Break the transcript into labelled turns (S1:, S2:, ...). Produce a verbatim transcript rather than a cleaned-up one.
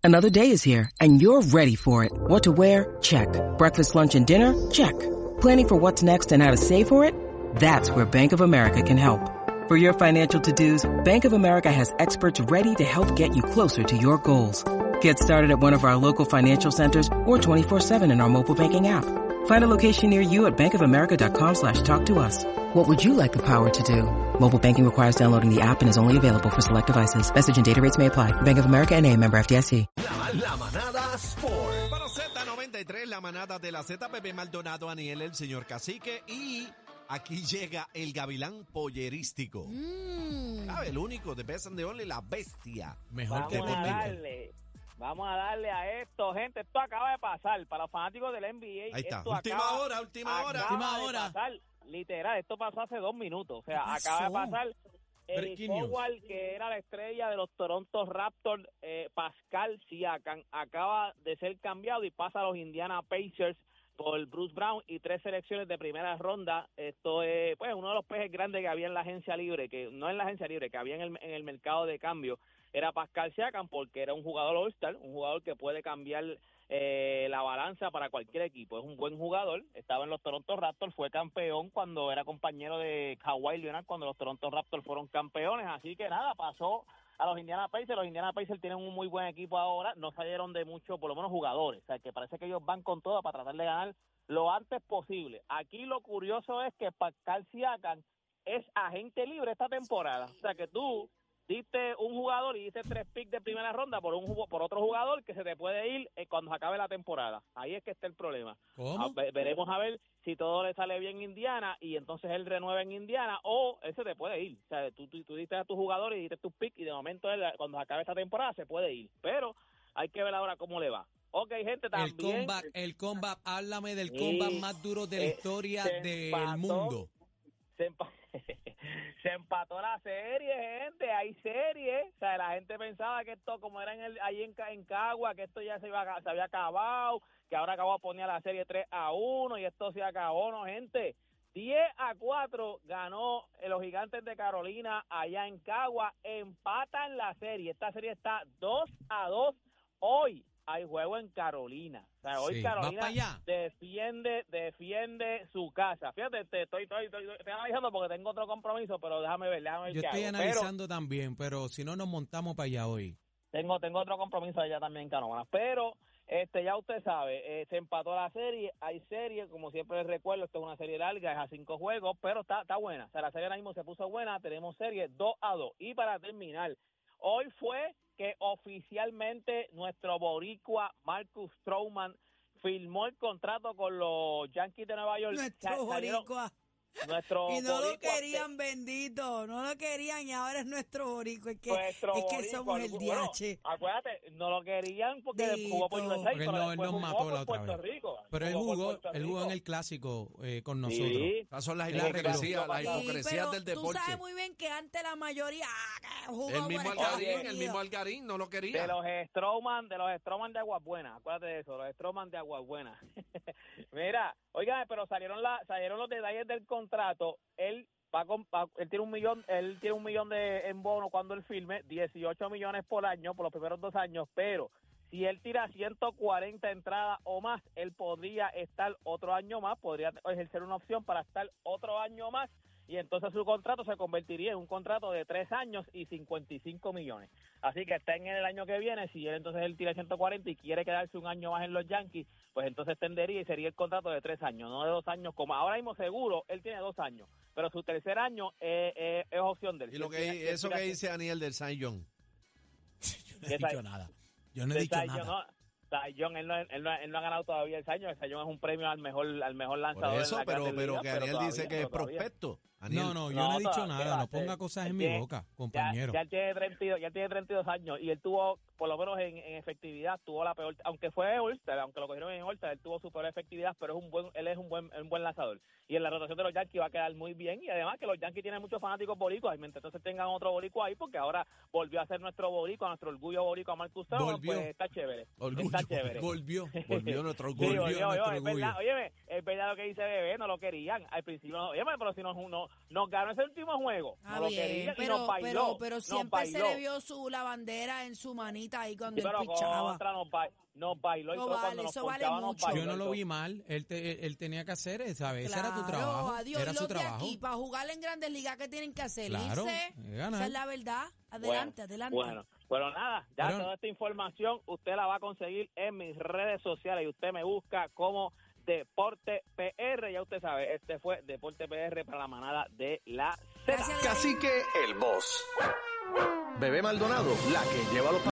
S1: Another day is here, and you're ready for it. What to wear? Check. Breakfast, lunch, and dinner? Check. Planning for what's next and how to save for it? That's where Bank of America can help. For your financial to-dos, Bank of America has experts ready to help get you closer to your goals. Get started at one of our local financial centers or twenty-four seven in our mobile banking app. Find a location near you at bankofamerica.com slash talk to us. What would you like the power to do? Mobile banking requires downloading the app and is only available for select devices. Message and data rates may apply. Bank of America N A, member F D I C.
S2: La, la manada Sport. Para Z noventa y tres, la manada de la Z, Pepe Maldonado, Aniel, el señor Cacique. Y aquí llega el gavilán pollerístico.
S3: Mm.
S2: ¿Sabe? El único, de Best and the Only, la bestia.
S4: Mejor
S5: Vamos
S4: que
S5: a
S4: Pepe.
S5: darle, vamos a darle a esto, gente. Esto acaba de pasar para los fanáticos del N B A.
S2: Ahí está.
S5: Esto
S2: Última
S5: acaba-
S2: hora, última hora.
S5: acaba
S4: Última
S5: de
S4: hora.
S5: pasar, literal, esto pasó hace dos minutos. O sea,
S4: ¿Qué pasó?
S5: acaba de pasar. Eric
S4: Breaking news.
S5: Howard, que era la estrella de los Toronto Raptors, eh, Pascal Siakam, acaba de ser cambiado y pasa a los Indiana Pacers por Bruce Brown y tres selecciones de primera ronda. Esto es pues uno de los peces grandes que había en la agencia libre, que no en la agencia libre, que había en el, en el mercado de cambio, era Pascal Siakam, porque era un jugador All-Star, un jugador que puede cambiar eh, la balanza para cualquier equipo. Es un buen jugador, estaba en los Toronto Raptors, fue campeón cuando era compañero de Kawhi Leonard, cuando los Toronto Raptors fueron campeones, así que nada, pasó a los Indiana Pacers. Los Indiana Pacers tienen un muy buen equipo ahora, no salieron de mucho, por lo menos jugadores, o sea, que parece que ellos van con todo para tratar de ganar lo antes posible. Aquí lo curioso es que Pascal Siakam es agente libre esta temporada, o sea, que tú diste un jugador y diste tres picks de primera ronda por un jugo- por otro jugador que se te puede ir eh, cuando se acabe la temporada. Ahí es que está el problema.
S4: ¿Cómo?
S5: A- ve- veremos a ver si todo le sale bien en Indiana y entonces él renueva en Indiana, o él se te puede ir. O sea, tú, tú, tú diste a tu jugador y diste tus picks y de momento él, cuando se acabe esta temporada se puede ir. Pero hay que ver ahora cómo le va. Ok, gente,
S4: El
S5: también...
S4: comeback, el comeback, háblame del
S5: Sí,
S4: comeback más duro de la
S5: eh,
S4: historia
S5: se
S4: del
S5: empató.
S4: mundo.
S5: se, empa- se empató la serie, gente, hay serie, o sea, la gente pensaba que esto, como era en el, ahí en, Ca- en Cagua, que esto ya se, iba, a- se había acabado, que ahora acabó de poner la serie tres a uno y esto se acabó, no, gente, diez a cuatro ganó eh, los Gigantes de Carolina allá en Cagua, empatan la serie, esta serie está dos a dos hoy. Hay juego en Carolina. O sea, hoy
S4: Sí, ¿vas
S5: Carolina
S4: pa' allá?
S5: defiende, defiende su casa. Fíjate, te estoy, estoy, estoy, estoy analizando porque tengo otro compromiso, pero déjame ver, déjame ver
S4: Yo
S5: qué
S4: estoy
S5: hago.
S4: analizando también, pero si no nos montamos para allá hoy.
S5: Pero tengo, tengo otro compromiso allá también en Canóvanas. Pero este ya usted sabe, eh, se empató la serie, hay serie, como siempre les recuerdo, esto es una serie larga, es a cinco juegos, pero está, está buena. O sea, la serie ahora mismo se puso buena, tenemos serie dos a dos. Y para terminar, hoy fue que oficialmente nuestro boricua Marcus Stroman firmó el contrato con los Yankees de Nueva York.
S3: Nuestro
S5: Sa- salieron-
S3: boricua.
S5: Nuestro
S3: Y no lo
S5: boricua,
S3: querían, bendito. No lo querían y ahora es nuestro boricua. Es que,
S5: nuestro
S3: es que
S5: boricua.
S3: somos el
S5: Bueno,
S3: D H.
S5: acuérdate, no lo querían porque
S3: Dito.
S5: jugó por U S A,
S4: Porque él
S5: pero
S4: no- él
S5: después
S4: nos
S5: jugó
S4: mató
S5: por
S4: la otra
S5: Puerto
S4: vez.
S5: Rico.
S4: Pero él
S5: por
S4: jugó,
S5: Puerto
S4: él jugó en
S5: Rico.
S4: el clásico eh, con nosotros.
S5: Sí.
S2: Esas son las
S4: Él arregló.
S2: hipocresías, las
S5: Sí,
S3: Sí,
S2: hipocresías
S3: pero
S2: del
S3: tú
S2: deporte.
S3: sabes muy bien que antes la mayoría ah, que jugó
S2: El mismo
S3: por Estados
S2: Algarín, el
S3: Unidos.
S2: mismo Algarín no lo
S5: De
S2: quería.
S5: los Stroman, de los Stroman de Aguas Buenas, acuérdate de eso, los Stroman de Aguas Buenas. Mira, oigan, pero salieron la, salieron los detalles del contrato. Él va con, va- él tiene un millón, él tiene un millón de en bono cuando él firme, dieciocho millones por año por los primeros dos años, pero si él tira ciento cuarenta entradas o más, él podría estar otro año más, podría ejercer una opción para estar otro año más. Y entonces su contrato se convertiría en un contrato de tres años y cincuenta y cinco millones. Así que está en el año que viene, si él entonces él tira ciento cuarenta y quiere quedarse un año más en los Yankees, pues entonces extendería y sería el contrato de tres años, no de dos años, como ahora mismo seguro, él tiene dos años, pero su tercer año eh, eh, es opción de él.
S2: Y lo
S5: Si él tiene-
S2: que,
S5: si él
S2: eso
S5: tira-
S2: que dice Aniel del Saint John.
S4: Yo no he
S5: ¿Qué
S4: dicho
S5: tal?
S4: nada. Yo no he
S5: de
S4: dicho
S5: Cy
S4: nada.
S5: Young, no, Cy Young, él, no, él, no, él no ha ganado todavía el Cy Young, el Cy Young es un premio al mejor, al mejor
S2: Por
S5: lanzador
S2: eso,
S5: en la
S2: pero,
S5: Grandes
S2: pero
S5: Ligas,
S2: que
S5: pero
S2: Aniel
S5: todavía,
S2: dice que
S5: pero
S2: es
S5: todavía.
S2: prospecto. Aniel.
S4: No, no, yo
S5: No,
S4: no he dicho
S5: todavía,
S4: nada. No
S5: fíjate,
S4: ponga cosas en
S5: él
S4: mi
S5: tiene-
S4: boca,
S5: Ya,
S4: compañero.
S5: ya él tiene treinta y dos, ya él tiene treinta y dos años y él tuvo, por lo menos en, en efectividad, tuvo la peor, aunque fue All-Star, aunque lo cogieron en All-Star, él tuvo su peor efectividad, pero es un buen, él es un buen, un buen lanzador. Y en la rotación de los Yankees va a quedar muy bien y además que los Yankees tienen muchos fanáticos boricuas y mientras entonces tengan otro boricua ahí, porque ahora volvió a ser nuestro boricua, nuestro orgullo boricua Marcus Stroman,
S4: Volvió.
S5: pues está chévere.
S2: Orgullo,
S5: Está chévere.
S4: Volvió.
S2: Volvió nuestro
S5: Sí,
S2: orgullo.
S4: Volvió
S5: oye, oye,
S4: nuestro
S5: es
S4: orgullo.
S5: verdad, óyeme, es verdad lo que dice Bebé, no lo querían. Al principio, no, óyeme, pero si no, no, nos ganó ese último juego.
S3: Ah,
S5: nos lo
S3: bien,
S5: quería y
S3: pero,
S5: nos bailó.
S3: pero, pero
S5: nos
S3: siempre se
S5: bailó.
S3: le vio su la bandera en su manita ahí cuando
S5: Sí,
S3: él
S5: pero
S3: pichaba.
S5: contra nos, ba nos bailó y
S3: Eso
S5: todo
S3: vale,
S5: cuando nos
S3: eso vale
S5: ponchaba nos
S3: mucho.
S5: bailó.
S4: Yo no
S5: y
S4: lo
S5: todo.
S4: vi mal, él, te- él tenía que hacer, ¿sabes? Ese era tu
S3: Claro,
S4: trabajo,
S3: adiós,
S4: era
S3: los
S4: su
S3: de
S4: trabajo.
S3: aquí, para jugar en Grandes Ligas, ¿qué tienen que hacer?
S4: Claro,
S3: Irse.
S4: es ganar.
S3: Esa es la verdad. Adelante,
S5: bueno,
S3: adelante.
S5: Bueno, pero nada, ya
S4: Pero-
S5: toda esta información usted la va a conseguir en mis redes sociales y usted me busca como Deporte P R. Ya usted sabe, este fue Deporte P R para la manada de la Z.
S3: Gracias,
S6: Cacique, el boss. Bebé Maldonado, la que lleva los